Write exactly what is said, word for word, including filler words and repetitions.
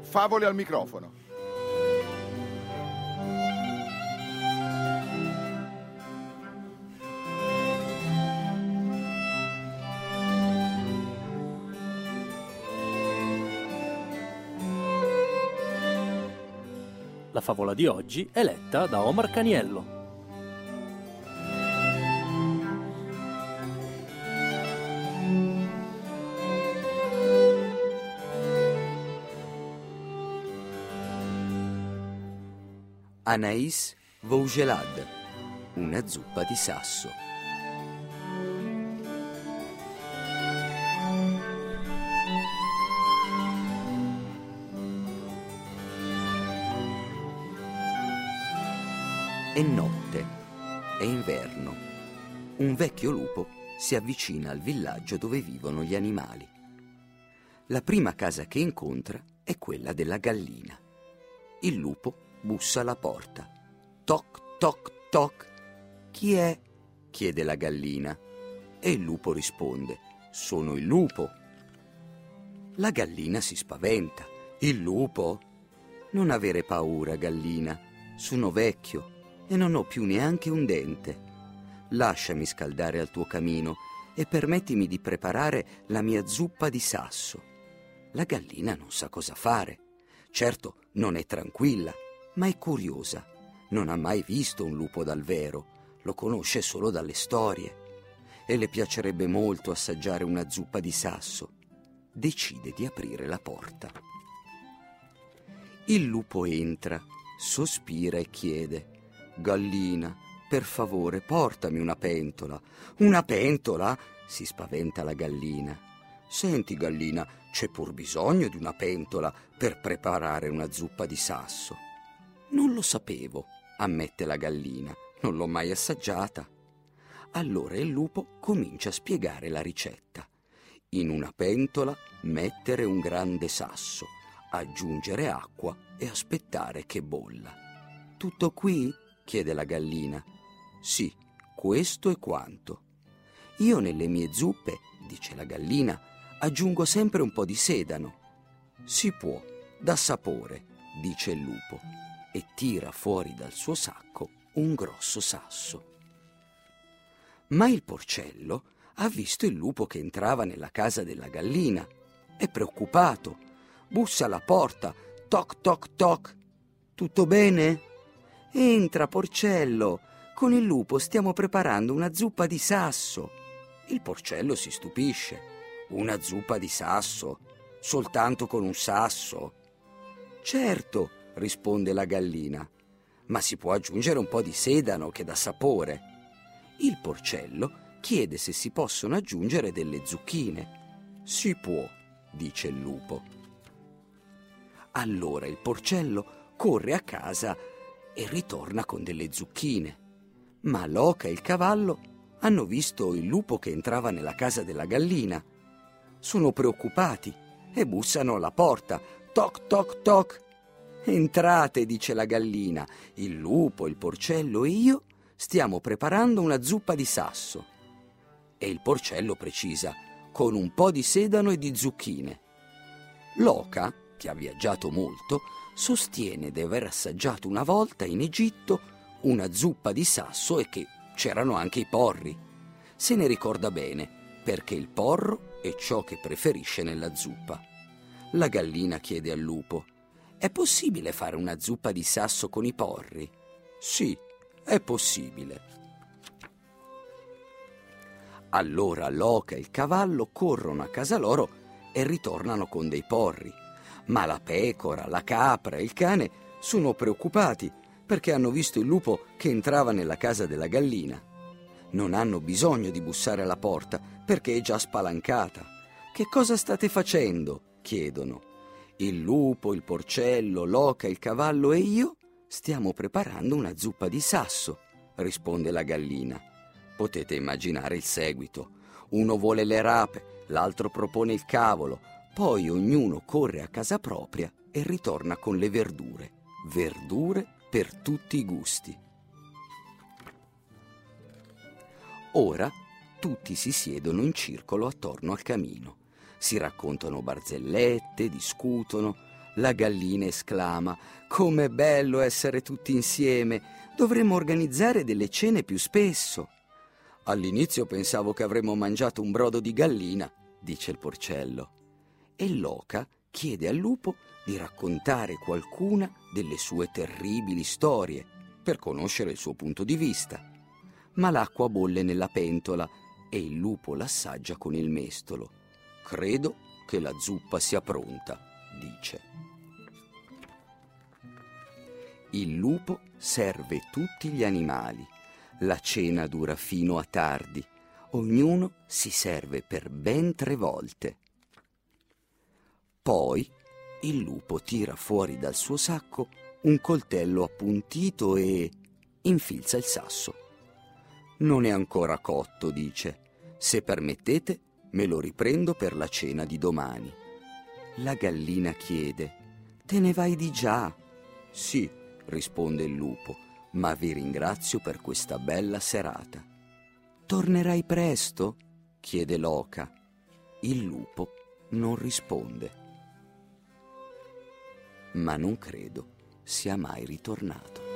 Favole al microfono. La favola di oggi è letta da Omar Caniello. Anaïs Vaugelade, una zuppa di sasso. È notte, è inverno. Un vecchio lupo si avvicina al villaggio dove vivono gli animali. La prima casa che incontra è quella della gallina. Il lupo bussa alla porta. Toc, toc, toc. Chi è? Chiede la gallina. E il lupo risponde: sono il lupo. La gallina si spaventa. Il lupo? Non avere paura, gallina. Sono vecchio e non ho più neanche un dente. Lasciami scaldare al tuo camino e permettimi di preparare la mia zuppa di sasso. La gallina non sa cosa fare. Certo, non è tranquilla, ma è curiosa. Non ha mai visto un lupo dal vero, lo conosce solo dalle storie. E le piacerebbe molto assaggiare una zuppa di sasso. Decide di aprire la porta. Il lupo entra, sospira e chiede: gallina, per favore, portami una pentola. Una pentola? Si spaventa la gallina. Senti, gallina, c'è pur bisogno di una pentola per preparare una zuppa di sasso. Non lo sapevo, ammette la gallina, non l'ho mai assaggiata. Allora il lupo comincia a spiegare la ricetta. In una pentola mettere un grande sasso, aggiungere acqua e aspettare che bolla. Tutto qui? Chiede la gallina. Sì, questo è quanto. Io nelle mie zuppe, dice la gallina, aggiungo sempre un po' di sedano. Si può, dà sapore, dice il lupo, e tira fuori dal suo sacco un grosso sasso. Ma il porcello ha visto il lupo che entrava nella casa della gallina. È preoccupato. Bussa alla porta. Toc, toc, toc. Tutto bene? Entra, porcello. Con il lupo stiamo preparando una zuppa di sasso. Il porcello si stupisce. Una zuppa di sasso? Soltanto con un sasso? Certo, risponde la gallina, ma si può aggiungere un po' di sedano che dà sapore. Il porcello chiede se si possono aggiungere delle zucchine. Si può, dice il lupo. Allora il porcello corre a casa e ritorna con delle zucchine. Ma l'oca e il cavallo hanno visto il lupo che entrava nella casa della gallina. Sono preoccupati e bussano alla porta. Toc, toc, toc. Entrate, dice la gallina. Il lupo, il porcello e io stiamo preparando una zuppa di sasso. E il porcello precisa: con un po' di sedano e di zucchine. L'oca, che ha viaggiato molto, sostiene di aver assaggiato una volta in Egitto una zuppa di sasso e che c'erano anche i porri. Se ne ricorda bene, perché il porro è ciò che preferisce nella zuppa. La gallina chiede al lupo: è possibile fare una zuppa di sasso con i porri? Sì, è possibile. Allora l'oca e il cavallo corrono a casa loro e ritornano con dei porri. Ma la pecora, la capra e il cane sono preoccupati perché hanno visto il lupo che entrava nella casa della gallina. Non hanno bisogno di bussare alla porta perché è già spalancata. Che cosa state facendo? Chiedono. Il lupo, il porcello, l'oca, il cavallo e io stiamo preparando una zuppa di sasso, risponde la gallina. Potete immaginare il seguito. Uno vuole le rape, l'altro propone il cavolo, poi ognuno corre a casa propria e ritorna con le verdure. Verdure per tutti i gusti. Ora tutti si siedono in circolo attorno al camino. Si raccontano barzellette, discutono. La gallina esclama: com'è bello essere tutti insieme, dovremmo organizzare delle cene più spesso. All'inizio pensavo che avremmo mangiato un brodo di gallina, dice il porcello. E l'oca chiede al lupo di raccontare qualcuna delle sue terribili storie per conoscere il suo punto di vista. Ma l'acqua bolle nella pentola e il lupo l'assaggia con il mestolo. Credo che la zuppa sia pronta, dice. Il lupo serve tutti gli animali. La cena dura fino a tardi. Ognuno si serve per ben tre volte. Poi il lupo tira fuori dal suo sacco un coltello appuntito e infilza il sasso. Non è ancora cotto, dice. Se permettete, me lo riprendo per la cena di domani. La gallina chiede: te ne vai di già? Sì, risponde il lupo, ma vi ringrazio per questa bella serata. Tornerai presto? Chiede l'oca. Il lupo non risponde. Ma non credo sia mai ritornato.